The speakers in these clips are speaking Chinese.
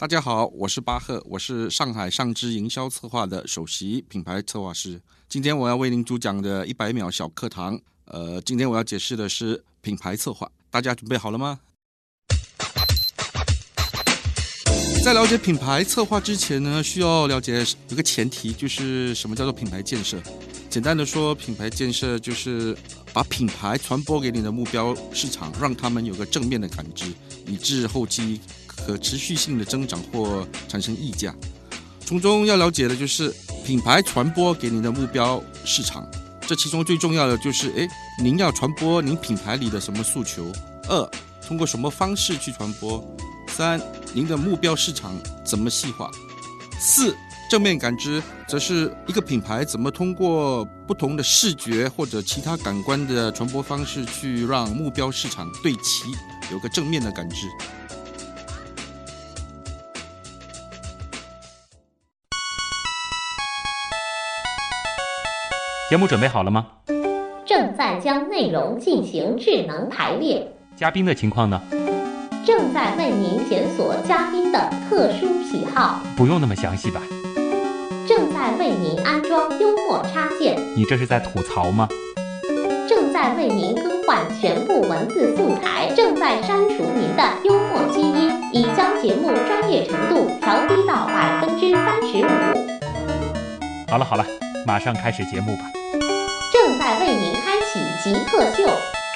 大家好，我是巴赫，我是上海上知营销策划的首席品牌策划师。今天我要为您主讲的100秒小课堂，今天我要解释的是品牌策划，大家准备好了吗？在了解品牌策划之前呢，需要了解一个前提，就是什么叫做品牌建设。简单的说，品牌建设就是把品牌传播给你的目标市场，让他们有个正面的感知，以致后期可持续性的增长或产生溢价。从中要了解的就是品牌传播给你的目标市场，这其中最重要的就是您要传播您品牌里的什么诉求；2，通过什么方式去传播；3，您的目标市场怎么细化；4，正面感知则是一个品牌怎么通过不同的视觉或者其他感官的传播方式去让目标市场对其有个正面的感知。 节目准备好了吗？ 正在将内容进行智能排列。 嘉宾的情况呢？ 正在为您检索嘉宾的特殊喜好。 不用那么详细吧？ 正在为您安装幽默插件。 你这是在吐槽吗？ 正在为您更换全部文字素材。正在删除您的幽默基因，已将节目专业程度调低到35%。 好了，马上开始节目吧。 正在为您开启极客秀。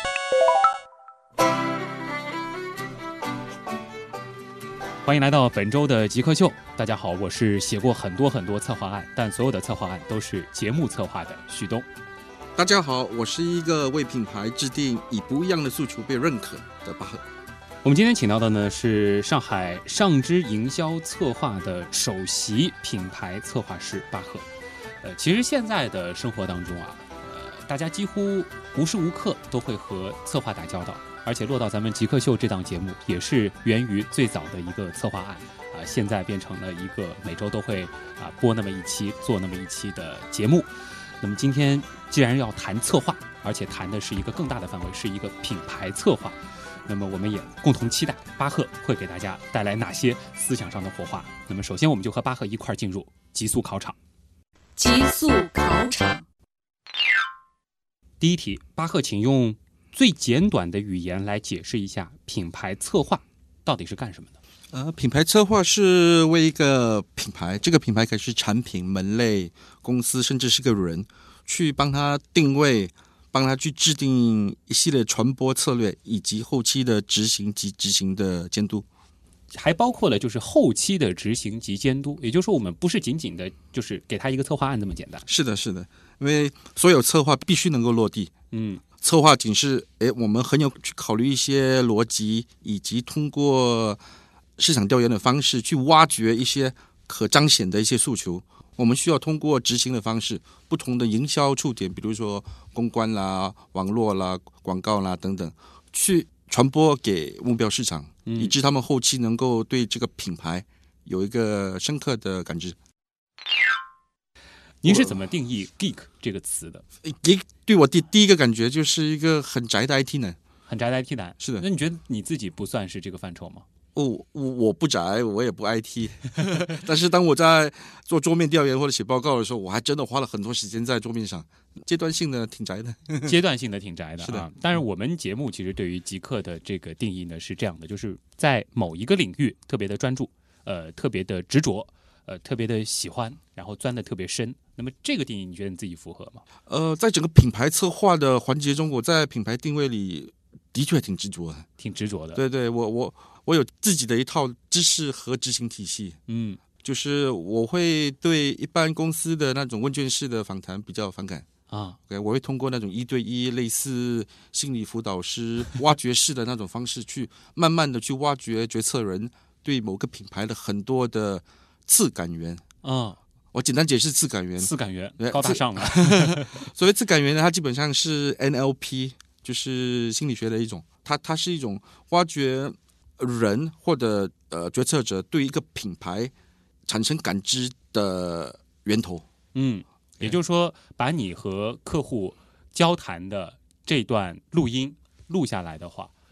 欢迎来到本周的极客秀。大家好，我是写过很多策划案，但所有的策划案都是节目策划的旭东。 大家好，我是一个为品牌制定以不一样的诉求被认可的巴赫。 我们今天请到的呢是上海上知营销策划的首席品牌策划师巴赫。其实现在的生活当中啊，大家几乎无时无刻都会和策划打交道，而且落到咱们极客秀这档节目，也是源于最早的一个策划案现在变成了一个每周都会播那么一期，做那么一期的节目。那么今天既然要谈策划，而且谈的是一个更大的范围，是一个品牌策划，那么我们也共同期待巴赫会给大家带来哪些思想上的火花。那么首先我们就和巴赫一块进入极速考场。 极速考场。 第一题，巴赫请用最简短的语言来解释一下品牌策划到底是干什么的？ 品牌策划是为一个品牌，这个品牌可以是产品、门类、公司，甚至是个人，去帮他定位，帮他去制定一系列传播策略，以及后期的执行及执行的监督。 还包括了就是后期的执行及监督，也就是说我们不是仅仅的就是给他一个策划案这么简单。 是的，因为所有策划必须能够落地。策划仅是我们很有去考虑一些逻辑，以及通过市场调研的方式去挖掘一些可彰显的一些诉求。我们需要通过执行的方式，不同的营销触点，比如说公关啦、网络啦、广告啦等等，去传播给目标市场，以致他们后期能够对这个品牌有一个深刻的感知。 您是怎么定义 geek 这个词的？ geek 对我第一个感觉就是一个很宅的 IT 男。 很宅的 IT 男。 是的。 那你觉得你自己不算是这个范畴吗？ 我不宅，我也不 IT 但是当我在做桌面调研或者写报告的时候，我还真的花了很多时间在桌面上。阶段性的挺宅的阶段性的挺宅的是的。 但是我们节目其实对于极客的这个定义呢是这样的，就是在某一个领域特别的专注，特别的执着，特别的喜欢，然后钻得特别深。那么这个定义你觉得你自己符合吗？ 在整个品牌策划的环节中，我在品牌定位里的确挺执着的。对，我有自己的一套知识和执行体系。就是我会对一般公司的那种问卷式的访谈比较反感我会通过那种1对1类似心理辅导师挖掘式的那种方式，去慢慢的去挖掘决策人对某个品牌的很多的次感源。我简单解释次感源高大上了所谓次感源呢，它基本上是 NLP， 就是心理学的一种，它是一种挖掘人或者决策者对一个品牌产生感知的源头。 也就是说把你和客户交谈的这段录音录下来的话，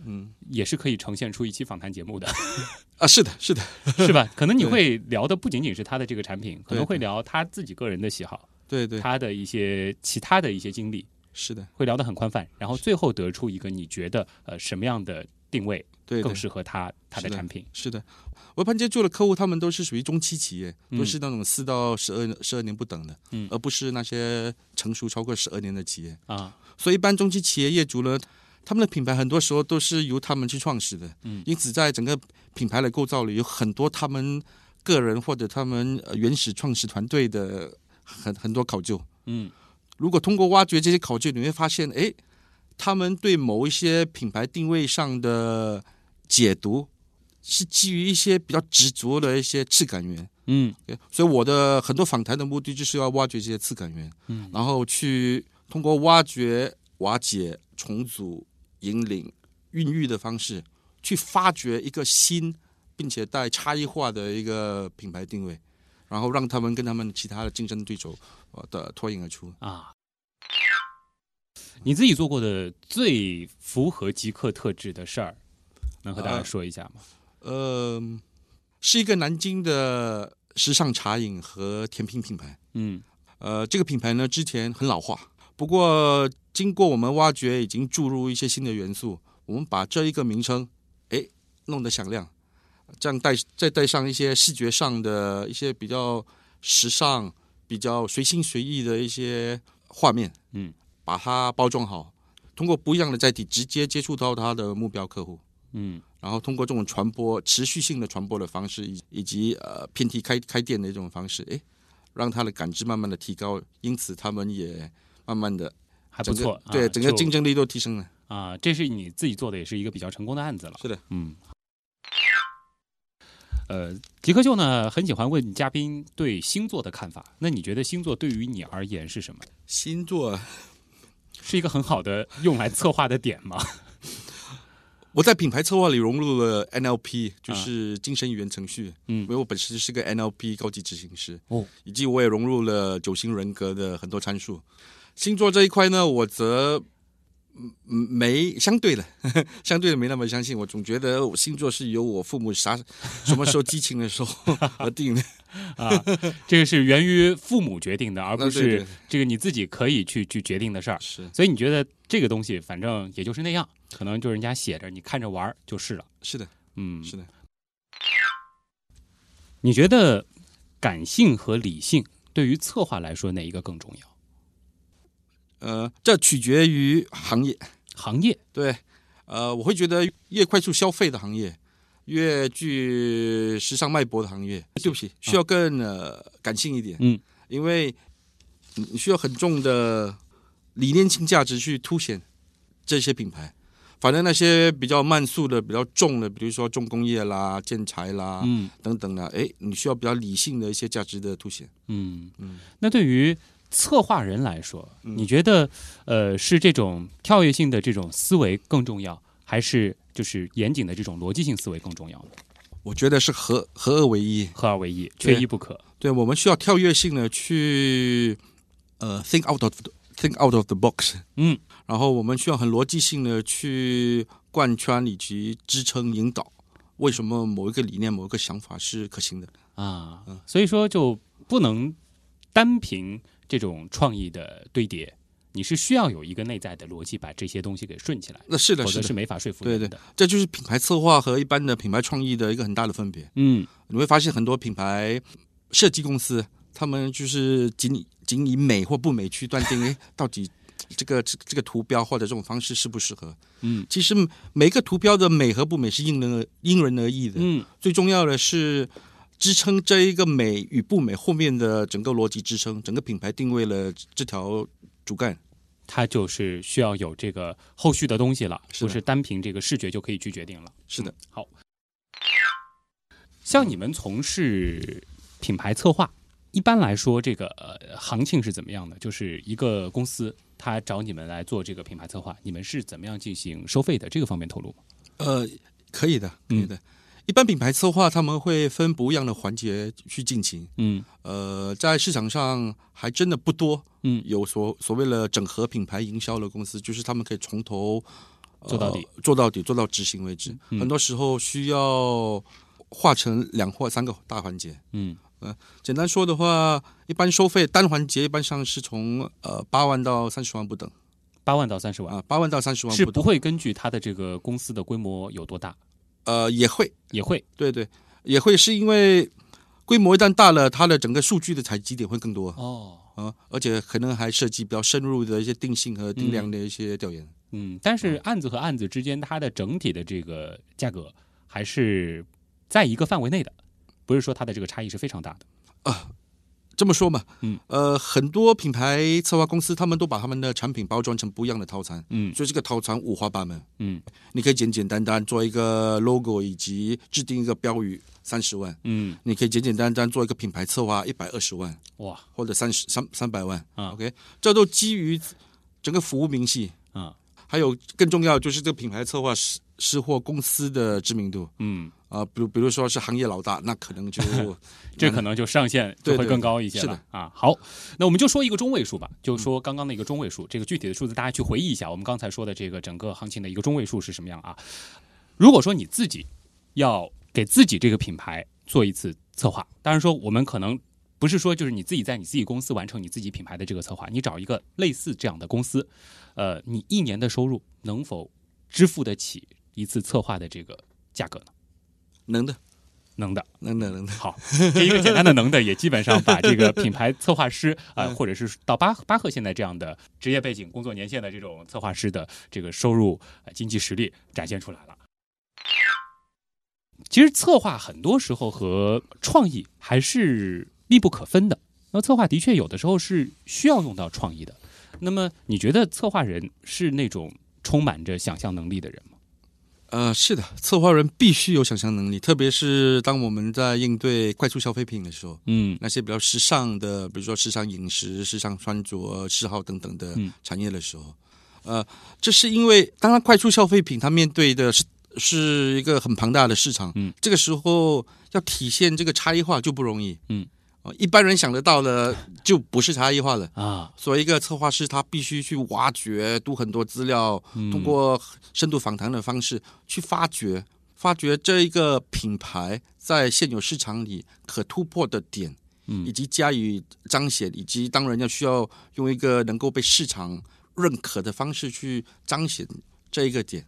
也是可以呈现出一期访谈节目的啊，是的，是的， 是吧？可能你会聊的不仅仅是他的这个产品，可能会聊他自己个人的喜好， 对对， 他的一些其他的一些经历， 是的， 会聊得很宽泛，然后最后得出一个你觉得什么样的定位对， 更适合他的产品。 是的，我盘接触的客户，他们都是属于中期企业，都是那种4到12年不等的，而不是那些成熟超过12年的企业啊。 所以一般中期企业业主呢，他们的品牌很多时候都是由他们去创始的，因此在整个品牌的构造里有很多他们个人或者他们原始创始团队的很多考究。如果通过挖掘这些考究，你会发现，哎，他们对某一些品牌定位上的解读是基于一些比较执着的一些次感源。所以我的很多访谈的目的就是要挖掘这些次感源，然后去通过挖掘、瓦解、重组、引领、孕育的方式，去发掘一个新并且带差异化的一个品牌定位，然后让他们跟他们其他的竞争对手的脱颖而出啊。你自己做过的最符合极客特质的事儿，能和大家说一下吗？ 是一个南京的时尚茶饮和甜品品牌。这个品牌呢之前很老化，不过经过我们挖掘，已经注入一些新的元素，我们把这一个名称弄得响亮，这样再带上一些视觉上的一些比较时尚、比较随心随意的一些画面，把它包装好，通过不一样的载体直接接触到他的目标客户，然后通过这种传播持续性的传播的方式，以及遍地开店的这种方式，让他的感知慢慢的提高，因此他们也慢慢的还不错， 对，整个竞争力都提升了啊。这是你自己做的，也是一个比较成功的案子了。 是的， 极客秀呢很喜欢问嘉宾对星座的看法，那你觉得星座对于你而言是什么？ 星座是一个很好的用来策划的点吗？ 我在品牌策划里融入了 NLP， 就是精神语言程序，因为我本身是个 NLP 高级执行师，以及我也融入了9型人格的很多参数。星座这一块呢，我则相对的没那么相信。我总觉得星座是由我父母什么时候激情的时候而定的这个是源于父母决定的，而不是这个你自己可以去决定的事儿。所以你觉得这个东西反正也就是那样，可能就人家写着，你看着玩就是了。 是的，是的。 你觉得感性和理性对于策划来说哪一个更重要？ 这取决于行业。对，我会觉得越快速消费的行业，越具时尚脉搏的行业，对不起，需要更感性一点。因为你需要很重的理念性价值去凸显这些品牌。反正那些比较慢速的、比较重的，比如说重工业啦、建材啦，等等的，你需要比较理性的一些价值的凸显。 那对于策划人来说，你觉得是这种跳跃性的这种思维更重要，还是就是严谨的这种逻辑性思维更重要呢？ 我觉得是合二为一， 缺一不可。 对，我们需要跳跃性的去think out of the box，然后我们需要很逻辑性的去贯穿以及支撑引导，为什么某一个理念、某一个想法是可行的啊？所以说就不能单凭这种创意的堆叠，你是需要有一个内在的逻辑把这些东西给顺起来。 那是的， 否则是没法说服人的。 对，这就是品牌策划和一般的品牌创意的一个很大的分别。你会发现很多品牌设计公司，他们就是仅以美或不美去断定，到底这个图标或者这种方式适不适合。其实每个图标的美和不美是因人而异的。最重要的是支撑这一个美与不美后面的整个逻辑支撑，整个品牌定位了这条主干， 它就是需要有这个后续的东西了，不是单凭这个视觉就可以去决定了。 是的。 好，像你们从事品牌策划，一般来说这个行情是怎么样的？就是一个公司他找你们来做这个品牌策划，你们是怎么样进行收费的？这个方面透露吗？ 可以的。一般品牌策划他们会分不一样的环节去进行。在市场上还真的不多。有所谓的整合品牌营销的公司，就是他们可以从头做到底， 做到底，做到执行为止。很多时候需要划成2或3个大环节。简单说的话，一般收费单环节一般上是从8万到30万不等。 8万到30万 8万到30万是不会根据它的这个公司的规模有多大。 也会，对，也会，是因为规模一旦大了，它的整个数据的采集点会更多而且可能还涉及比较深入的一些定性和定量的一些调研。 但是案子和案子之间，它的整体的这个价格还是在一个范围内的，不是说它的这个差异是非常大的。 这么说嘛，很多品牌策划公司他们都把他们的产品包装成不一样的套餐，所以这个套餐五花八门，你可以简简单单做一个 logo 以及制定一个标语30万，你可以简简单单做一个品牌策划120万，哇，或者300万，OK， 这都基于整个服务明细还有更重要就是这个品牌策划师或公司的知名度，比如说是行业老大，那可能就这可能就上限就会更高一些了。 是的好，那我们就说一个中位数吧，就说刚刚的一个中位数，这个具体的数字大家去回忆一下，我们刚才说的这个整个行情的一个中位数是什么样啊？如果说你自己要给自己这个品牌做一次策划，当然说我们可能不是说就是你自己在你自己公司完成你自己品牌的这个策划，你找一个类似这样的公司，你1年的收入能否支付得起一次策划的这个价格呢？ 能的。 好，这一个简单的能的，也基本上把这个品牌策划师或者是到巴赫现在这样的职业背景、工作年限的这种策划师的这个收入、经济实力展现出来了。其实策划很多时候和创意还是密不可分的。那策划的确有的时候是需要用到创意的。那么你觉得策划人是那种充满着想象能力的人吗？ 是的，策划人必须有想象能力，特别是当我们在应对快速消费品的时候，那些比较时尚的，比如说时尚饮食、时尚穿着、嗜好等等的产业的时候，这是因为当然快速消费品它面对的是一个很庞大的市场，这个时候要体现这个差异化就不容易，一般人想得到的就不是差异化了啊。所以一个策划师他必须去挖掘，读很多资料，通过深度访谈的方式去发掘这一个品牌在现有市场里可突破的点，以及加以彰显，以及当然要需要用一个能够被市场认可的方式去彰显这一个点。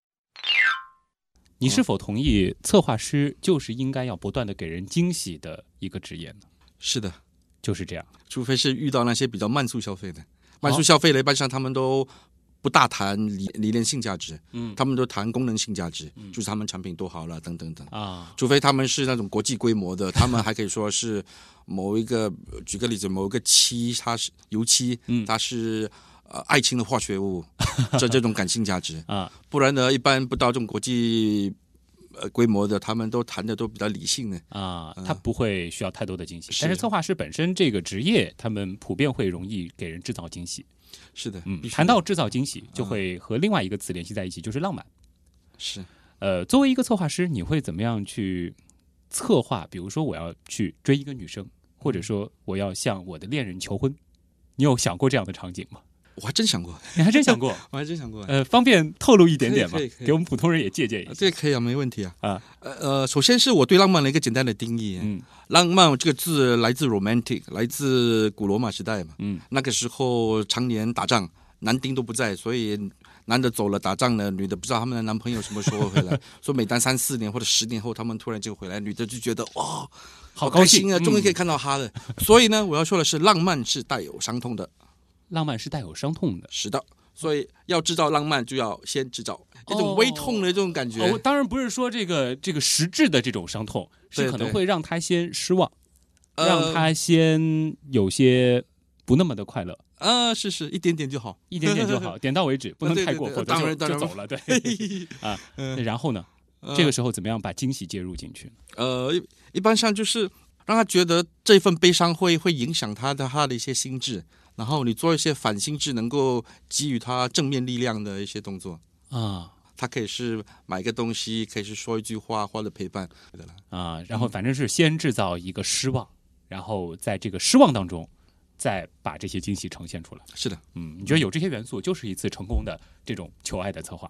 你是否同意策划师就是应该要不断的给人惊喜的一个职业呢？ 是的， 就是这样。 除非是遇到那些比较慢速消费的，慢速消费的一般上他们都不大谈理念性价值，他们都谈功能性价值，就是他们产品多好了等等等啊。除非他们是那种国际规模的，他们还可以说是某一个，举个例子，某一个漆它是油漆，它是爱情的化学物，这种感性价值啊。不然呢，一般不到这种国际规模的，他们都谈的都比较理性的啊，他不会需要太多的惊喜。但是策划师本身这个职业，他们普遍会容易给人制造惊喜。 是的， 谈到制造惊喜，就会和另外一个词联系在一起，就是浪漫。 是， 作为一个策划师，你会怎么样去策划？比如说，我要去追一个女生，或者说我要向我的恋人求婚，你有想过这样的场景吗？ 我还真想过。 你还真想过？ 我还真想过。 方便透露一点点吗？ 可以给我们普通人也借鉴一下。 这可以啊，没问题啊。首先是我对浪漫的一个简单的定义。浪漫这个字来自 romantic， 来自古罗马时代嘛。那个时候常年打仗，男丁都不在，所以男的走了打仗了，女的不知道他们的男朋友什么时候回来。说每当3-4年或者10年后，他们突然就回来，女的就觉得哇，好高兴啊，终于可以看到他了。所以呢，我要说的是，浪漫是带有伤痛的。 浪漫是带有伤痛的， 是的，所以要制造浪漫，就要先制造一种微痛的这种感觉。 当然不是说这个实质的这种伤痛，是可能会让他先失望，让他先有些不那么的快乐。 是一点点就好， 一点点就好，点到为止，不能太过，否则就走了。对啊，然后呢，这个时候怎么样把惊喜介入进去？ 一般上就是让他觉得这份悲伤会影响他的一些心智。然后你做一些反心智，能够给予他正面力量的一些动作啊。他可以是买个东西，可以是说一句话，或者陪伴啊。然后反正是先制造一个失望，然后在这个失望当中，再把这些惊喜呈现出来。 是的， 你觉得有这些元素，就是一次成功的这种求爱的策划？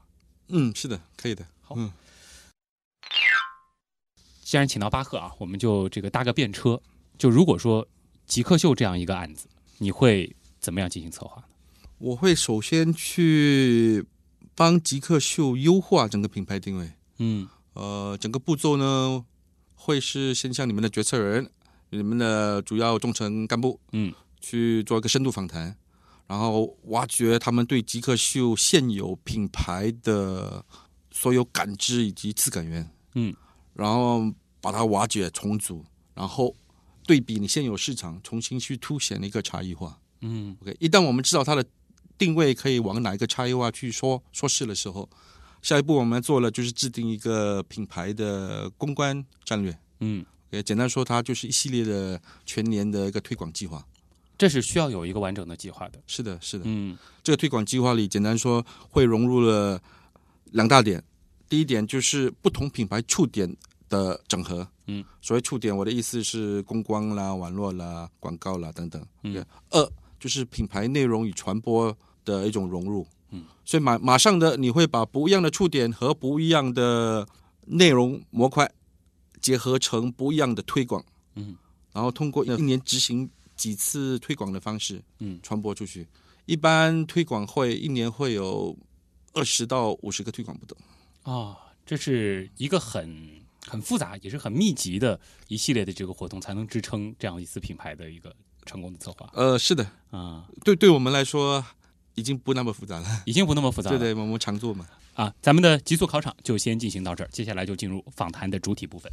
是的，可以的。 好，既然请到巴赫啊，我们就这个搭个便车。就如果说极客秀这样一个案子，你会怎么样进行策划呢？ 我会首先去帮极客秀优化整个品牌定位。整个步骤呢，会是先向你们的决策人、你们的主要中层干部，去做一个深度访谈，然后挖掘他们对极客秀现有品牌的所有感知以及次感源，然后把它挖掘重组，然后对比你现有市场，重新去凸显一个差异化。OK， 一旦我们知道它的定位可以往哪一个差异化去说事的时候，下一步我们做了就是制定一个品牌的公关战略。OK， 简单说，它就是一系列的全年的一个推广计划。 这是需要有一个完整的计划的。 是的，是的。这个推广计划里，简单说会融入了2大点。第一点就是不同品牌触点的整合。所谓触点，我的意思是公关啦、网络啦、广告啦等等。2就是品牌内容与传播的一种融入。所以马上的你会把不一样的触点和不一样的内容模块结合成不一样的推广。然后通过一年执行几次推广的方式，传播出去。一般推广会一年会有20到50个推广不等。 这是一个很复杂也是很密集的一系列的这个活动，才能支撑这样一次品牌的一个成功的策划。 是的。对我们来说已经不那么复杂了。 已经不那么复杂了。 对，我们常做嘛。 咱们的极速考场就先进行到这儿，接下来就进入访谈的主体部分。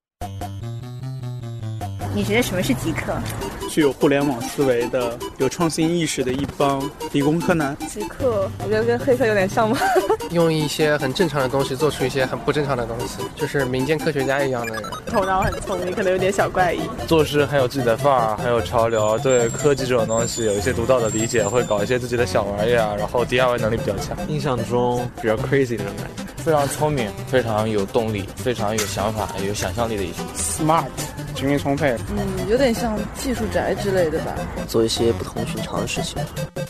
你觉得什么是极客？ 具有互联网思维的、有创新意识的一帮理工科男。 极客，我觉得跟黑客有点像吗？ 用一些很正常的东西做出一些很不正常的东西，就是民间科学家一样的人。 头脑很聪明，可能有点小怪异。 做事很有自己的范儿，很有潮流，对科技这种东西有一些独到的理解，会搞一些自己的小玩意儿，然后 DIY 能力比较强。 印象中比较 crazy 的那种感觉， 非常聪明，非常有动力，非常有想法、有想象力的一种。 smart， 精力充沛。 有点像技术宅之类的吧。 做一些不同寻常的事情。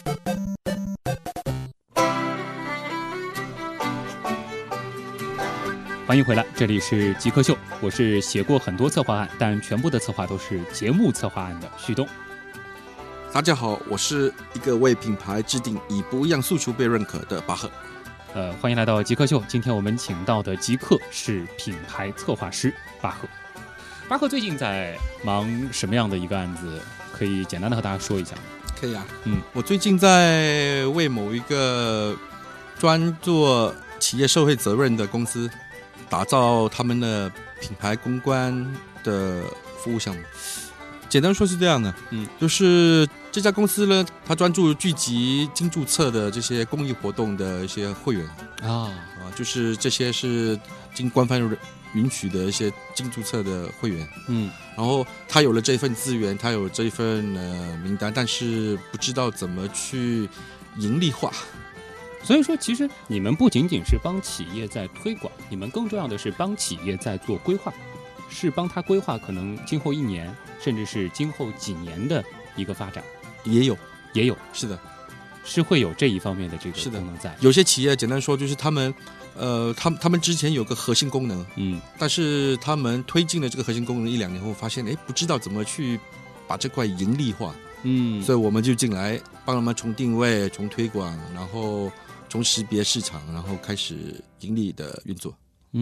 欢迎回来，这里是极客秀，我是写过很多策划案，但全部的策划都是节目策划案的旭东。 大家好，我是一个为品牌制定以不一样诉求被认可的巴赫。 欢迎来到极客秀，今天我们请到的极客是品牌策划师巴赫。巴赫最近在忙什么样的一个案子？可以简单的和大家说一下吗？ 可以啊。我最近在为某一个专做企业社会责任的公司打造他们的品牌公关的服务项目。简单说是这样的，就是这家公司呢，它专注聚集经注册的这些公益活动的一些会员就是这些是经官方允许的一些经注册的会员。然后他有了这份资源，他有这份名单，但是不知道怎么去盈利化。 所以说，其实你们不仅仅是帮企业在推广，你们更重要的是帮企业在做规划，是帮他规划可能今后1年，甚至是今后几年的一个发展。 也有， 是的，是会有这一方面的这个功能在。 有些企业简单说就是他们之前有个核心功能，但是他们推进了这个核心功能1-2年后，发现不知道怎么去把这块盈利化。所以我们就进来帮他们从定位、从推广，然后从识别市场，然后开始盈利的运作。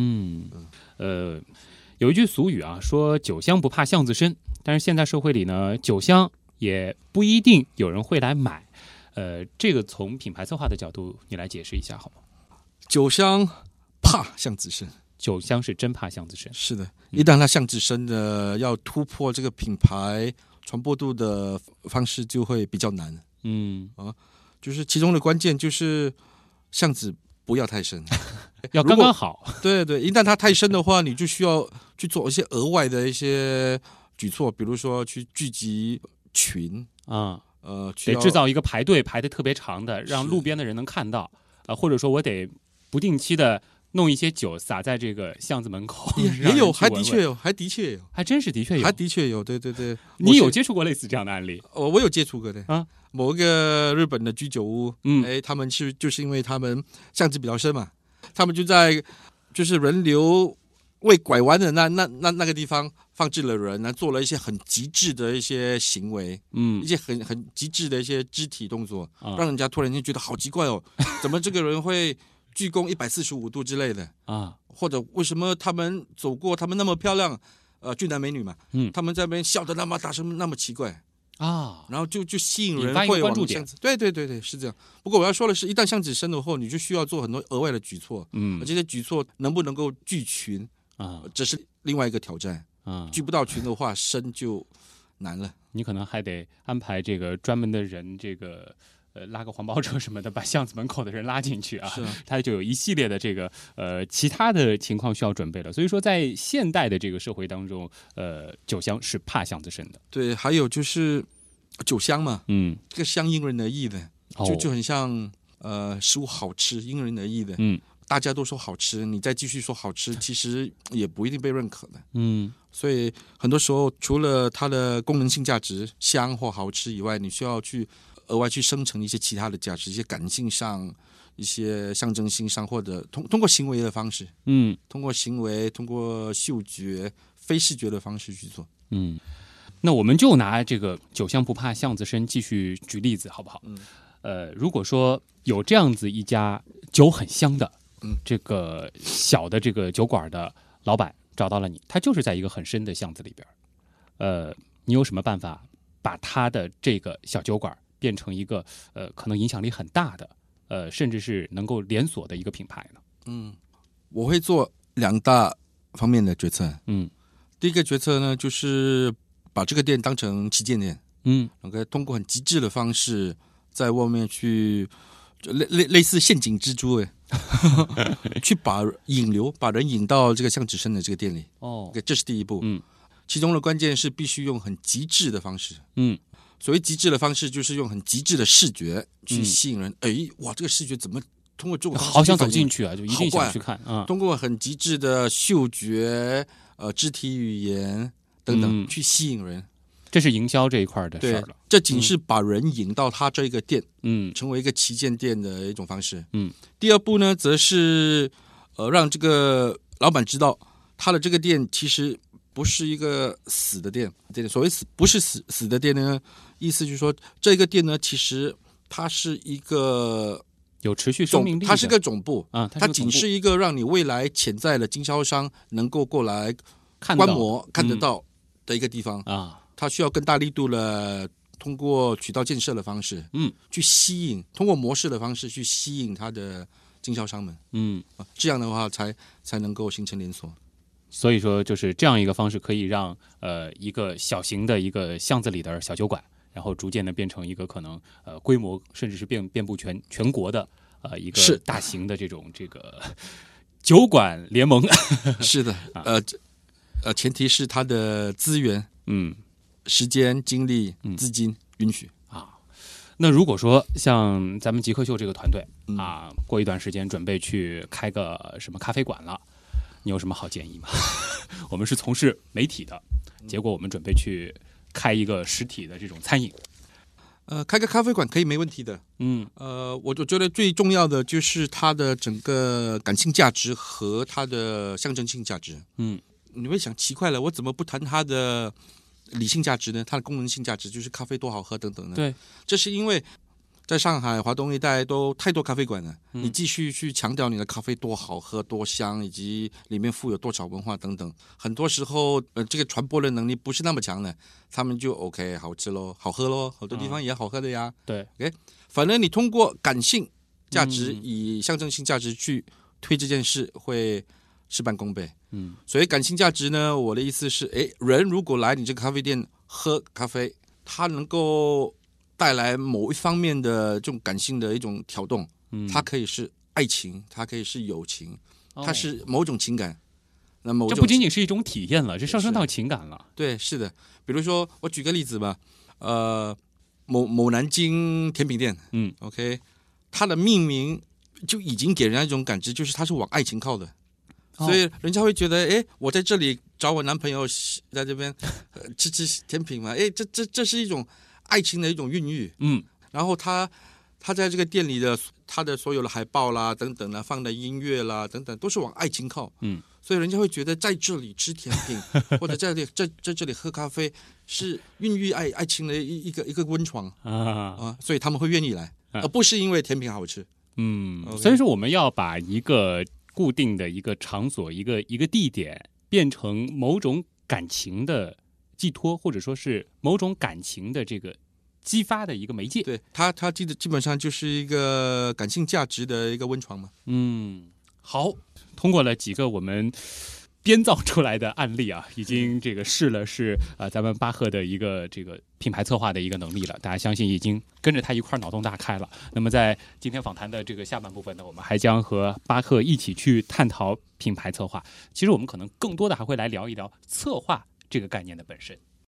有一句俗语啊，说酒香不怕巷子深，但是现在社会里呢，酒香也不一定有人会来买。这个从品牌策划的角度，你来解释一下好吗？ 酒香怕巷子深， 酒香是真怕巷子深。 是的，一旦它巷子深的，要突破这个品牌传播度的方式就会比较难。就是其中的关键就是巷子不要太深， 要刚刚好。 对，一旦它太深的话，你就需要去做一些额外的一些举措，比如说去聚集群得制造一个排队排得特别长的，让路边的人能看到或者说我得不定期的弄一些酒洒在这个巷子门口。 也有，还的确有， 还真是的确有， 还的确有。对， 你有接触过类似这样的案例？ 我有接触过的某一个日本的居酒屋，他们就是因为他们巷子比较深嘛， 他们就在就是人流未拐弯的那个地方放置了人，做了一些很极致的一些行为，一些很极致的一些肢体动作，让人家突然间觉得好奇怪哦，怎么这个人会鞠躬145度之类的啊？或者为什么他们走过，他们那么漂亮，俊男美女嘛，他们在那边笑得那么大声，那么奇怪啊，然后就吸引人会往巷子，对，是这样。不过我要说的是，一旦巷子深了后，你就需要做很多额外的举措，而这些举措能不能够聚群啊，这是另外一个挑战啊。聚不到群的话，深就难了。 你可能还得安排这个专门的人，这个拉个黄包车什么的，把巷子门口的人拉进去啊。是啊，他就有一系列的这个其他的情况需要准备了。所以说，在现代的这个社会当中，酒香是怕巷子深的。 对，还有就是酒香嘛，这个香因人而异的，就很像食物好吃因人而异的，大家都说好吃，你再继续说好吃，其实也不一定被认可的，所以很多时候除了它的功能性价值香或好吃以外，你需要去额外去生成一些其他的价值，一些感性上、一些象征性上，或者通过行为的方式，通过行为、通过嗅觉、非视觉的方式去做， 那我们就拿这个酒香不怕巷子深继续举例子好不好？如果说有这样子一家酒很香的，这个小的这个酒馆的老板找到了你，他就是在一个很深的巷子里边，你有什么办法把他的这个小酒馆变成一个可能影响力很大的甚至是能够连锁的一个品牌呢？ 我会做2大方面的决策。第一个决策呢，就是把这个店当成旗舰店，通过很极致的方式在外面去类似陷阱蜘蛛去把人引到这个巷子深的这个店里。这是第一步。其中的关键是必须用很极致的方式。所谓极致的方式，就是用很极致的视觉去吸引人。哇，这个视觉怎么通过这种方式好想走进去啊，就一定想去看啊！ 通过很极致的嗅觉、肢体语言等等去吸引人。 这是营销这一块的事了。 这仅是把人引到他这一个店，成为一个旗舰店的一种方式。第二步呢，则是让这个老板知道他的这个店其实不是一个死的店。所谓不是死的店呢，意思就是说这个店呢，其实它是一个有持续生命力的， 它是个总部啊，它仅是一个让你未来潜在的经销商能够过来观摩看得到的一个地方啊。它需要更大力度的通过渠道建设的方式，去吸引，通过模式的方式去吸引它的经销商们，这样的话才能够形成连锁。 所以说，就是这样一个方式，可以让一个小型的一个巷子里的小酒馆，然后逐渐的变成一个可能规模甚至是遍布全国的一个大型的这个酒馆联盟。 是的，前提是它的资源，时间、精力、资金允许啊。那如果说像咱们极客秀这个团队啊，过一段时间准备去开个什么咖啡馆了，你有什么好建议吗？我们是从事媒体的，结果我们准备去开一个实体的这种餐饮。 开个咖啡馆可以没问题的。我觉得最重要的就是它的整个感性价值和它的象征性价值。你会想奇怪了，我怎么不谈它的理性价值呢？它的功能性价值就是咖啡多好喝等等呢？ 对， 这是因为在上海、华东一带都太多咖啡馆了，你继续去强调你的咖啡多好喝、多香，以及里面富有多少文化等等，很多时候这个传播的能力不是那么强的，他们就 OK 好吃咯，好喝咯，好多地方也好喝的呀。 对 ，OK， 反正你通过感性价值以象征性价值去推这件事，会事半功倍。所以感性价值呢，我的意思是，人如果来你这个咖啡店喝咖啡，他能够带来某一方面的这种感性的一种挑动，它可以是爱情，它可以是友情，它是某种情感。那么这不仅仅是一种体验了，这上升到情感了。 对，是的。比如说，我举个例子吧，某南京甜品店，OK， 它的命名就已经给人家一种感知，就是它是往爱情靠的。所以人家会觉得，我在这里找我男朋友，在这边吃甜品嘛，这是一种爱情的一种孕育。然后他在这个店里的他的所有的海报啦等等啦，放的音乐啦等等，都是往爱情靠。所以人家会觉得在这里吃甜品或者在这里喝咖啡是孕育爱情的一个温床所以他们会愿意来，而不是因为甜品好吃。 所以说我们要把一个固定的一个场所、一个地点变成某种感情的寄托，或者说是某种感情的这个激发的一个媒介。 对，它基本上就是一个感性价值的一个温床嘛。 好，通过了几个我们编造出来的案例啊，已经这个试了咱们巴赫的一个这个品牌策划的一个能力了，大家相信已经跟着他一块脑洞大开了。那么在今天访谈的这个下半部分呢，我们还将和巴赫一起去探讨品牌策划。其实我们可能更多的还会来聊一聊策划这个概念的本身。